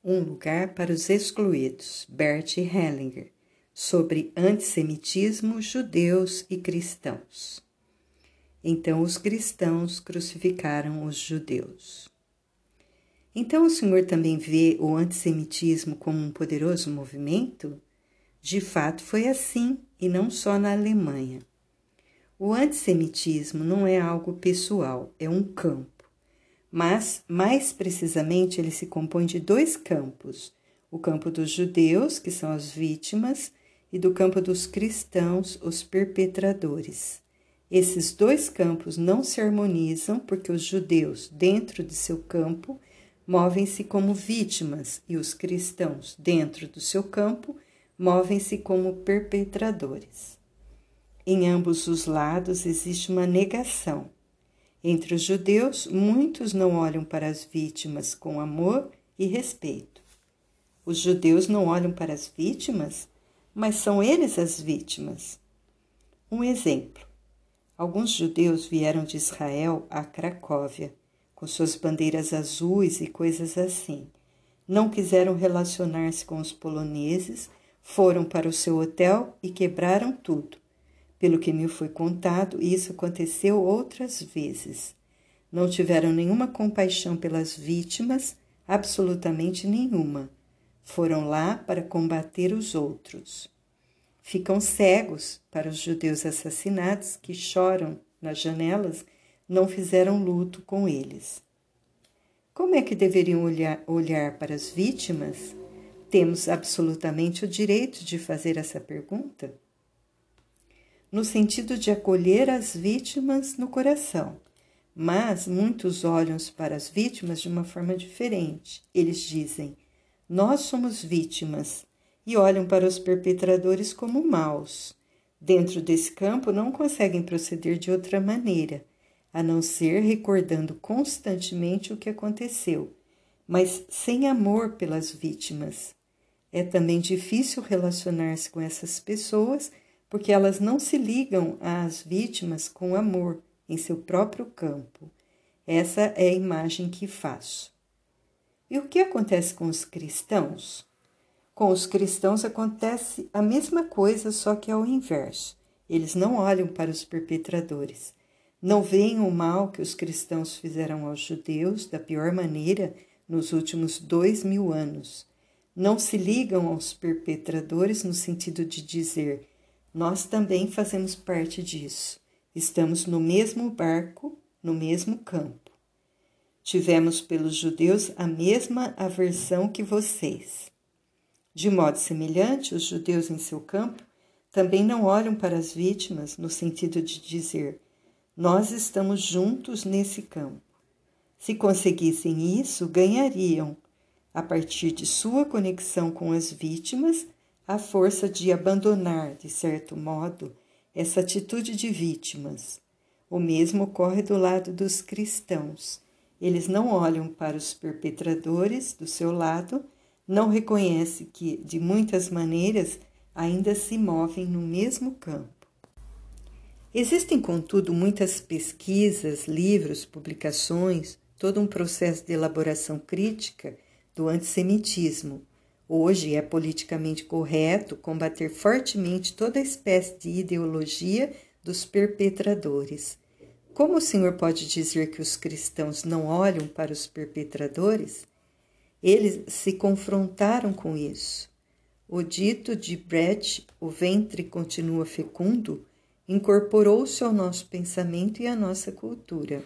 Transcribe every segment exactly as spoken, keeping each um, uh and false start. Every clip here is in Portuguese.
Um lugar para os excluídos, Bert Hellinger, sobre antissemitismo, judeus e cristãos. Então os cristãos crucificaram os judeus. Então o Senhor também vê o antissemitismo como um poderoso movimento? De fato foi assim, e não só na Alemanha. O antissemitismo não é algo pessoal, é um campo. Mas, mais precisamente, ele se compõe de dois campos, o campo dos judeus, que são as vítimas, e do campo dos cristãos, os perpetradores. Esses dois campos não se harmonizam porque os judeus, dentro de seu campo, movem-se como vítimas e os cristãos, dentro do seu campo, movem-se como perpetradores. Em ambos os lados existe uma negação. Entre os judeus, muitos não olham para as vítimas com amor e respeito. Os judeus não olham para as vítimas, mas são eles as vítimas. Um exemplo. Alguns judeus vieram de Israel a Cracóvia, com suas bandeiras azuis e coisas assim. Não quiseram relacionar-se com os poloneses, foram para o seu hotel e quebraram tudo. Pelo que me foi contado, isso aconteceu outras vezes. Não tiveram nenhuma compaixão pelas vítimas, absolutamente nenhuma. Foram lá para combater os outros. Ficam cegos para os judeus assassinados que choram nas janelas, não fizeram luto com eles. Como é que deveriam olhar, olhar para as vítimas? Temos absolutamente o direito de fazer essa pergunta? No sentido de acolher as vítimas no coração. Mas muitos olham para as vítimas de uma forma diferente. Eles dizem, nós somos vítimas, e olham para os perpetradores como maus. Dentro desse campo não conseguem proceder de outra maneira, a não ser recordando constantemente o que aconteceu, mas sem amor pelas vítimas. É também difícil relacionar-se com essas pessoas, porque elas não se ligam às vítimas com amor em seu próprio campo. Essa é a imagem que faço. E o que acontece com os cristãos? Com os cristãos acontece a mesma coisa, só que ao inverso. Eles não olham para os perpetradores. Não veem o mal que os cristãos fizeram aos judeus da pior maneira nos últimos dois mil anos. Não se ligam aos perpetradores no sentido de dizer, nós também fazemos parte disso. Estamos no mesmo barco, no mesmo campo. Tivemos pelos judeus a mesma aversão que vocês. De modo semelhante, os judeus em seu campo também não olham para as vítimas no sentido de dizer, nós estamos juntos nesse campo. Se conseguissem isso, ganhariam, a partir de sua conexão com as vítimas, a força de abandonar, de certo modo, essa atitude de vítimas. O mesmo ocorre do lado dos cristãos. Eles não olham para os perpetradores do seu lado, não reconhecem que, de muitas maneiras, ainda se movem no mesmo campo. Existem, contudo, muitas pesquisas, livros, publicações, todo um processo de elaboração crítica do antissemitismo. Hoje é politicamente correto combater fortemente toda espécie de ideologia dos perpetradores. Como o Senhor pode dizer que os cristãos não olham para os perpetradores? Eles se confrontaram com isso. O dito de Brecht, o ventre continua fecundo, incorporou-se ao nosso pensamento e à nossa cultura.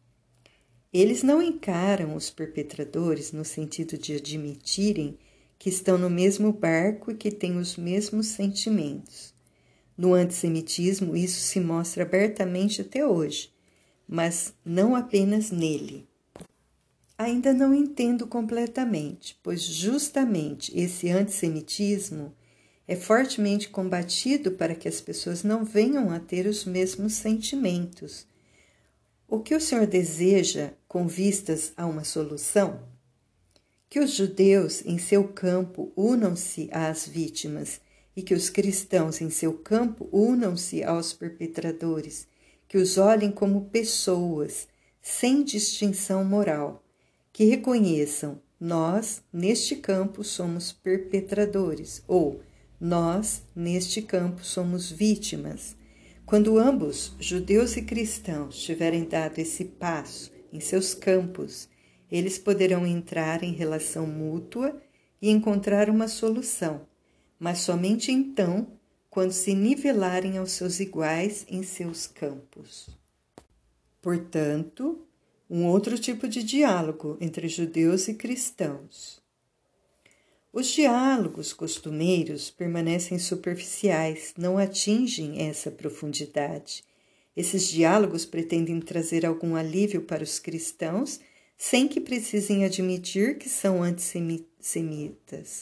Eles não encaram os perpetradores no sentido de admitirem que estão no mesmo barco e que têm os mesmos sentimentos. No antissemitismo, isso se mostra abertamente até hoje, mas não apenas nele. Ainda não entendo completamente, pois justamente esse antissemitismo é fortemente combatido para que as pessoas não venham a ter os mesmos sentimentos. O que o Senhor deseja com vistas a uma solução? Que os judeus em seu campo unam-se às vítimas e que os cristãos em seu campo unam-se aos perpetradores, que os olhem como pessoas, sem distinção moral, que reconheçam nós, neste campo, somos perpetradores, ou nós, neste campo, somos vítimas. Quando ambos, judeus e cristãos, tiverem dado esse passo em seus campos, eles poderão entrar em relação mútua e encontrar uma solução, mas somente então, quando se nivelarem aos seus iguais em seus campos. Portanto, um outro tipo de diálogo entre judeus e cristãos. Os diálogos costumeiros permanecem superficiais, não atingem essa profundidade. Esses diálogos pretendem trazer algum alívio para os cristãos, sem que precisem admitir que são antissemitas.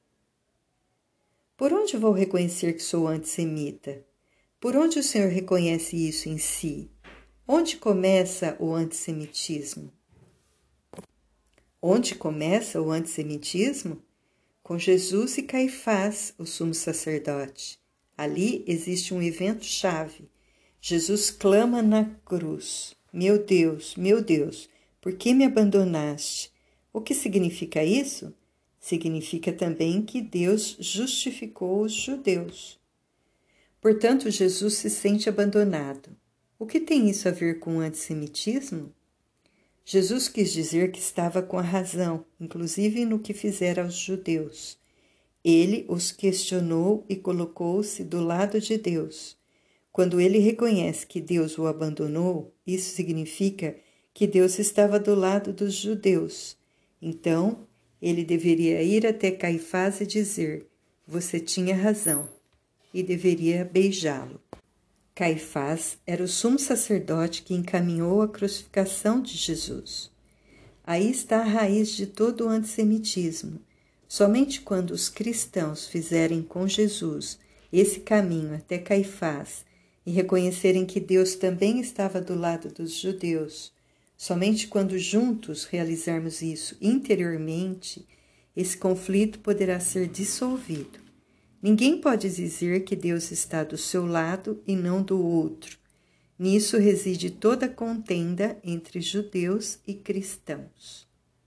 Por onde vou reconhecer que sou antissemita? Por onde o Senhor reconhece isso em si? Onde começa o antissemitismo? Onde começa o antissemitismo? Com Jesus e Caifás, o sumo sacerdote. Ali existe um evento-chave. Jesus clama na cruz: Meu Deus, meu Deus, por que me abandonaste? O que significa isso? Significa também que Deus justificou os judeus. Portanto, Jesus se sente abandonado. O que tem isso a ver com o antissemitismo? Jesus quis dizer que estava com a razão, inclusive no que fizera aos judeus. Ele os questionou e colocou-se do lado de Deus. Quando ele reconhece que Deus o abandonou, isso significa que Deus estava do lado dos judeus. Então, ele deveria ir até Caifás e dizer: Você tinha razão, e deveria beijá-lo. Caifás era o sumo sacerdote que encaminhou a crucificação de Jesus. Aí está a raiz de todo o antissemitismo. Somente quando os cristãos fizerem com Jesus esse caminho até Caifás e reconhecerem que Deus também estava do lado dos judeus, somente quando juntos realizarmos isso interiormente, esse conflito poderá ser dissolvido. Ninguém pode dizer que Deus está do seu lado e não do outro. Nisso reside toda a contenda entre judeus e cristãos.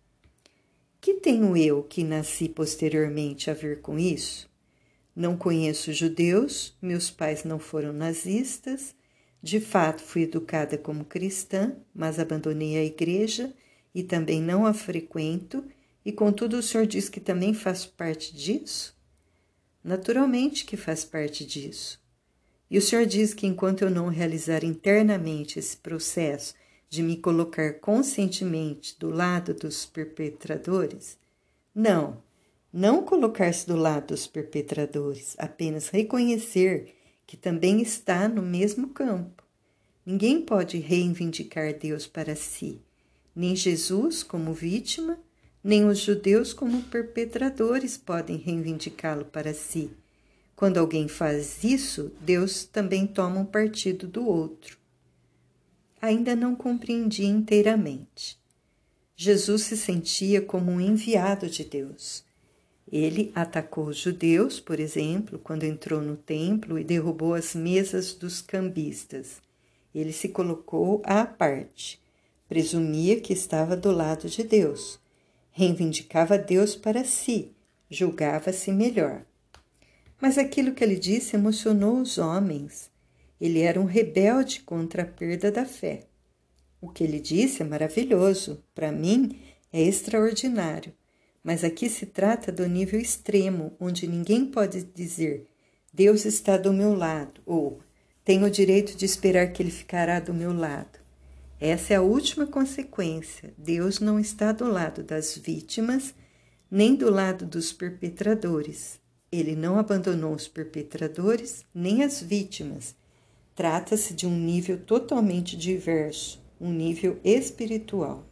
Que tenho eu que nasci posteriormente a ver com isso? Não conheço judeus, meus pais não foram nazistas, de fato fui educada como cristã, mas abandonei a igreja e também não a frequento, e contudo o Senhor diz que também faço parte disso? Naturalmente que faz parte disso. E o Senhor diz que enquanto eu não realizar internamente esse processo de me colocar conscientemente do lado dos perpetradores, não, não colocar-se do lado dos perpetradores, apenas reconhecer que também está no mesmo campo. Ninguém pode reivindicar Deus para si, nem Jesus como vítima, nem os judeus como perpetradores podem reivindicá-lo para si. Quando alguém faz isso, Deus também toma um partido do outro. Ainda não compreendi inteiramente. Jesus se sentia como um enviado de Deus. Ele atacou os judeus, por exemplo, quando entrou no templo e derrubou as mesas dos cambistas. Ele se colocou à parte, presumia que estava do lado de Deus. Reivindicava Deus para si, julgava-se melhor. Mas aquilo que ele disse emocionou os homens. Ele era um rebelde contra a perda da fé. O que ele disse é maravilhoso, para mim é extraordinário, mas aqui se trata do nível extremo, onde ninguém pode dizer Deus está do meu lado ou tenho o direito de esperar que ele ficará do meu lado. Essa é a última consequência. Deus não está do lado das vítimas, nem do lado dos perpetradores. Ele não abandonou os perpetradores, nem as vítimas. Trata-se de um nível totalmente diverso, um nível espiritual.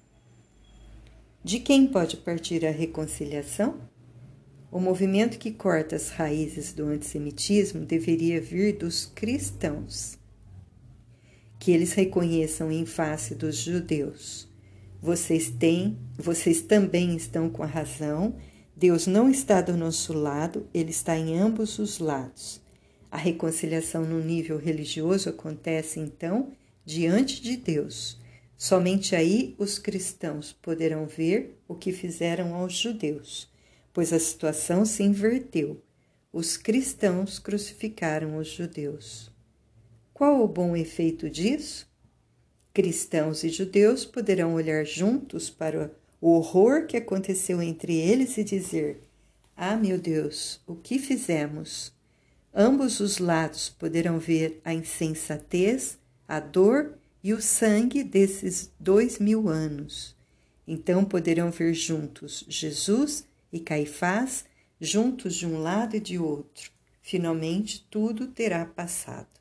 De quem pode partir a reconciliação? O movimento que corta as raízes do antissemitismo deveria vir dos cristãos. Que eles reconheçam em face dos judeus. Vocês têm, vocês também estão com a razão. Deus não está do nosso lado, ele está em ambos os lados. A reconciliação no nível religioso acontece, então, diante de Deus. Somente aí os cristãos poderão ver o que fizeram aos judeus, pois a situação se inverteu. Os cristãos crucificaram os judeus. Qual o bom efeito disso? Cristãos e judeus poderão olhar juntos para o horror que aconteceu entre eles e dizer: ah, meu Deus, o que fizemos? Ambos os lados poderão ver a insensatez, a dor e o sangue desses dois mil anos. Então poderão ver juntos Jesus e Caifás, juntos de um lado e de outro. Finalmente tudo terá passado.